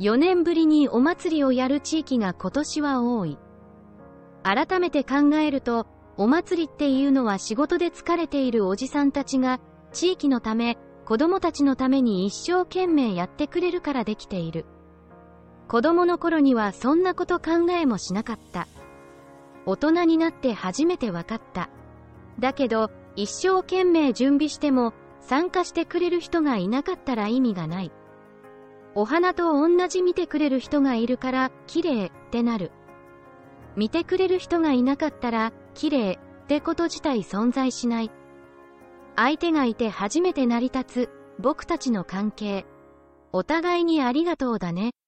4年ぶりにお祭りをやる地域が今年は多い。改めて考えると、お祭りっていうのは仕事で疲れているおじさんたちが、地域のため、子供たちのために一生懸命やってくれるからできている。子供の頃にはそんなこと考えもしなかった。大人になって初めてわかった。だけど、一生懸命準備しても、参加してくれる人がいなかったら意味がない。お花と同じ見てくれる人がいるから、綺麗ってなる。見てくれる人がいなかったら、綺麗ってこと自体存在しない。相手がいて初めて成り立つ、僕たちの関係。お互いにありがとうだね。